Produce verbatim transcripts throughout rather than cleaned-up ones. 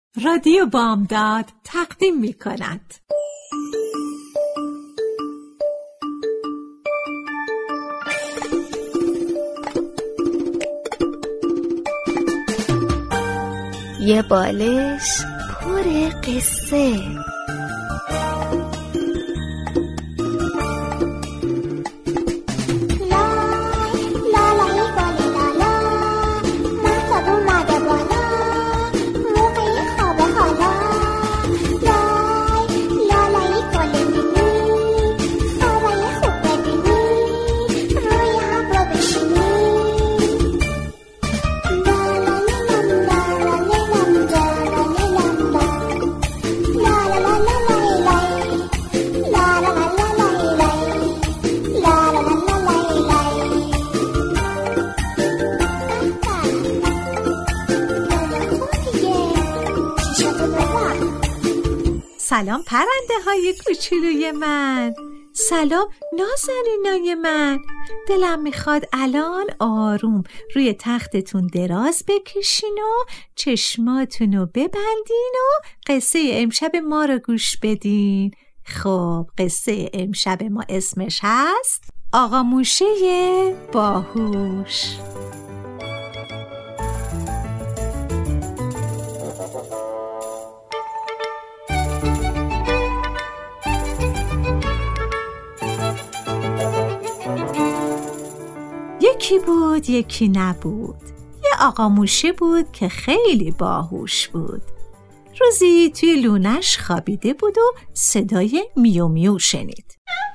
رادیو بامداد تقدیم می کند. یه بالش پر قصه. سلام پرنده های کوچولوی من، سلام نازنینای من. دلم میخواد الان آروم روی تختتون دراز بکشین و چشماتونو ببندین و قصه امشب ما رو گوش بدین. خب قصه امشب ما اسمش هست آقا موشه باهوش. یکی بود یکی نبود. یه آقا موشه بود که خیلی باهوش بود. روزی توی لونش خوابیده بود و صدای میو میو شنید.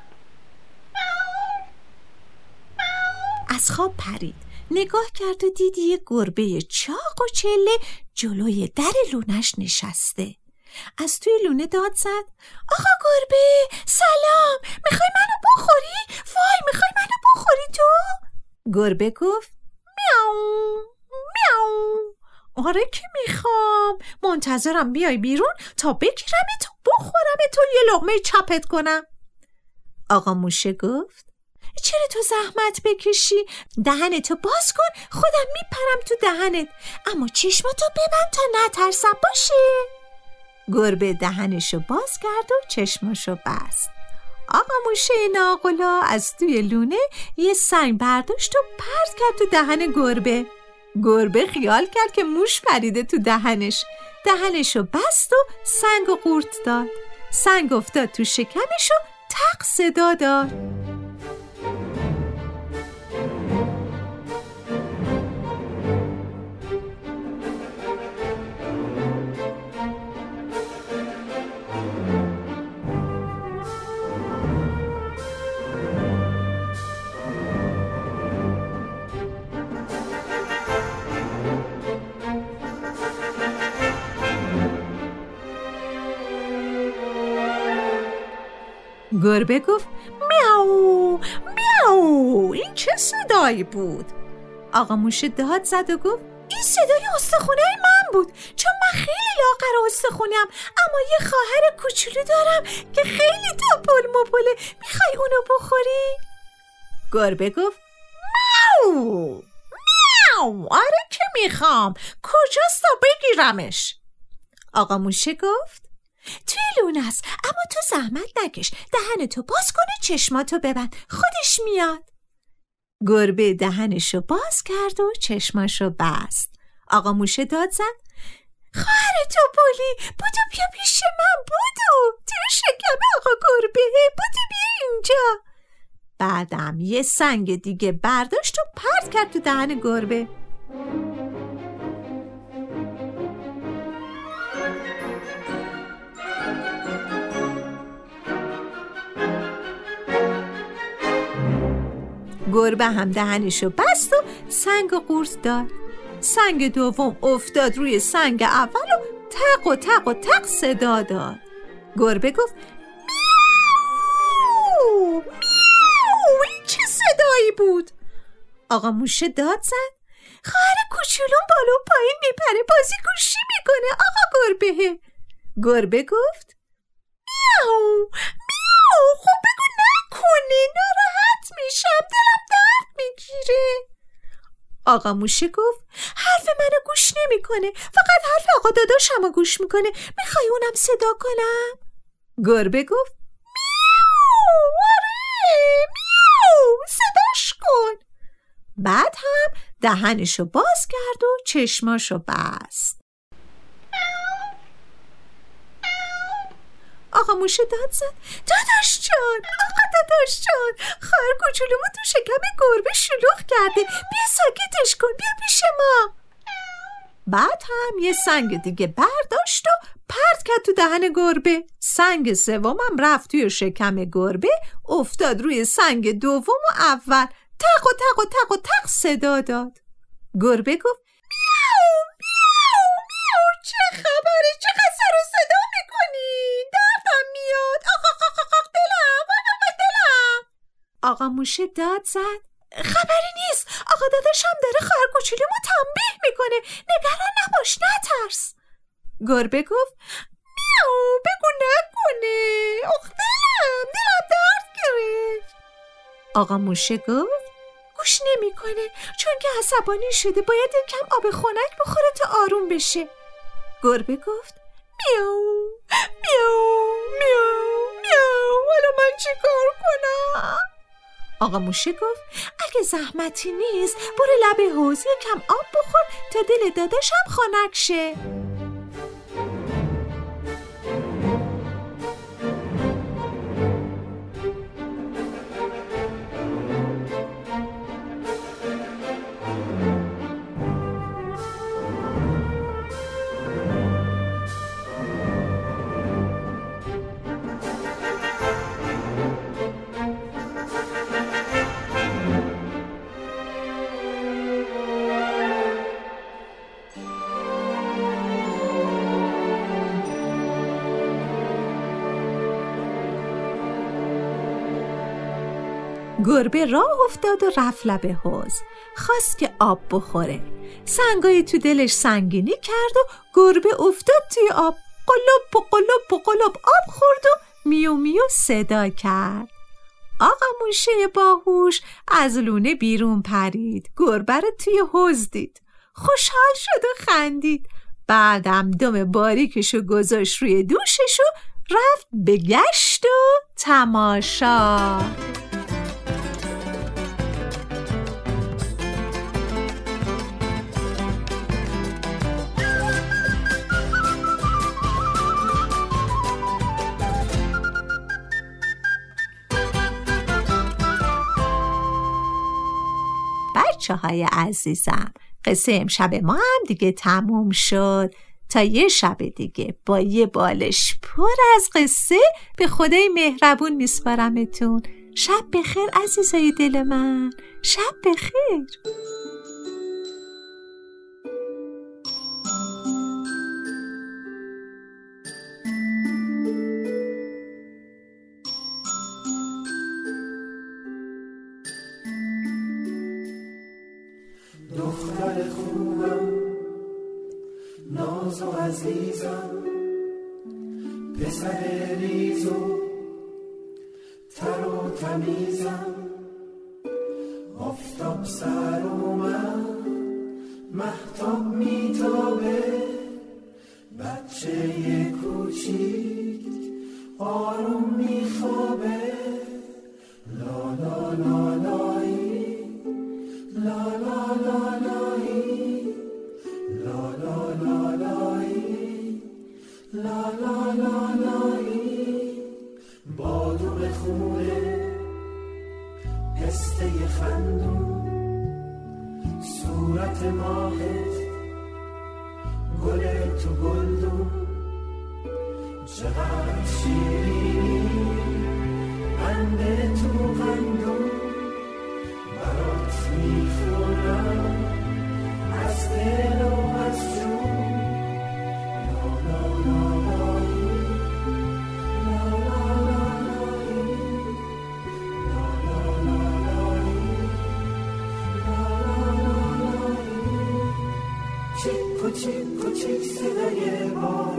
از خواب پرید، نگاه کرد و دید یه گربه چاق و چله جلوی در لونش نشسته. از توی لونه داد زد: آقا گربه سلام، میخوای منو بخوری؟ وای میخوای منو بخوری تو؟ گربه گفت: میاو میاو. آره که میخوام، منتظرم بیای بیرون تا بگیرمت و بخورمت و یه لقمه چپت کنم. آقا موشه گفت: چرا تو زحمت بکشی؟ دهنتو باز کن، خودم میپرم تو دهنت، اما چشماتو ببند تا نترسم، باشه؟ گربه دهنشو باز کرد و چشماشو بست. آقا موشه ناقلا از توی لونه یه سنگ برداشت و پرت کرد تو دهن گربه. گربه خیال کرد که موش پریده تو دهنش، دهنشو بست و سنگ و قورت داد. سنگ افتاد تو شکمش و تق صدا داد. گربه گفت: میاو میاو. این چه صدایی بود؟ آقا موشه داد زد و گفت: این صدای استخونه من بود، چون من خیلی لاغر و استخونه‌ام، اما یه خواهر کوچولو دارم که خیلی توپل مپله، میخوای اونو بخوری؟ گربه گفت: میاو میاو. آره که میخوام، کجاست تا بگیرمش؟ آقا موشه گفت: توی لونه است، اما تو زحمت نکش، دهنتو باز کن و چشماتو ببند، خودش میاد. گربه دهنشو باز کرد و چشماشو بست. آقا موشه داد زد: خواهر توپلی، بودو بیا پیش من، بودو توی شکم آقا گربه، بودو بیا اینجا. بعدم یه سنگ دیگه برداشت و پرت کرد تو دهن گربه. گربه هم دهنشو بست و سنگ و قورت داد. سنگ دوم افتاد روی سنگ اول و تق و تق و تق صدا داد. گربه گفت: میاو میاو. این چه صدایی بود؟ آقا موشه داد زد: خواهر کوچولون بالا و پایین میپره، بازی گوشی میکنه آقا گربه. گربه گفت: میاو میاو. خب بگو نکنه، ناراحت میشم، دلم درد میگیره. آقا موشه گفت حرف منو گوش نمیکنه، فقط حرف آقا داداشمو گوش میکنه. میخوای اونم صدا کنم؟ گربه گفت میاو، آره میاو، صداش کن. بعد هم دهنشو باز کرد و چشماشو بست. آقا موشه داد زد داداش جان، آقا داداش جان، خواهر کوچولومو تو شکم گربه شلوغ کرده، بیا ساکتش کن، بیا پیش ما. بعد هم یه سنگ دیگه برداشت و پرت کرد تو دهن گربه. سنگ سومم رفت توی شکم گربه، افتاد روی سنگ دوم و اول. تق و تق و تق و تق صدا داد. گربه گفت میاو میاو میاو، چه خبره؟ چقدر سر و صدا میکنی؟ دردم میاد، آخ آخ آخ آخ دلم، آخ دلم. آقا موشه داد زد خبری نیست، آقا داداشم داره خواهر کوچولومو تنبیه میکنه، نگران نباش، نترس. گربه گفت میاو، بگو نکنه، آخ دلم، دلم درد گرفت. آقا موشه گفت گوش نمیکنه، چون که عصبانی شده، باید یکم آب خنک بخوره تا آروم بشه. گربه گفت میاو میاو میاو میاو، حالا من چی کار کنم؟ آقا موشه گفت اگه زحمتی نیست برو لب حوض یکم آب بخور تا دل داداشم خنک شه. گربه راه افتاد و رفت لب حوض. خواست که آب بخوره. سنگای تو دلش سنگینی کرد و گربه افتاد توی آب. قلب و قلب و قلب آب خورد و میو میو صدا کرد. آقا موشه باهوش از لونه بیرون پرید. گربه رو توی حوض دید. خوشحال شد و خندید. بعدم دم باریکشو گذاشت روی دوشش و رفت به گشت و تماشا. بچه های عزیزم، قصه امشب ما هم دیگه تموم شد. تا یه شب دیگه با یه بالش پر از قصه به خدای مهربون میسپارمتون. شب بخیر عزیزای دل من، شب بخیر. دختر خوبم، ناز و عزیزم، پسر ریزو تر و تمیزم، آفتاب سر اومد مهتاب میتابه، بچه کوچیک آروم میخوابه. لا لا لا لایی، لا لا لا لایی، لا لا لا لایی، لا لا لا لایی. بادوم خونه، پسته خندون، صورت ماهت، گل تو گلدون، چقدر شیرینی، قند تو قندون، برات میخونم از دل و از جون. لا لا لا لایی، لا لا لا لایی، لا لا لا لایی، لا لا لا لایی. چیک و چیک و چیک صدای باد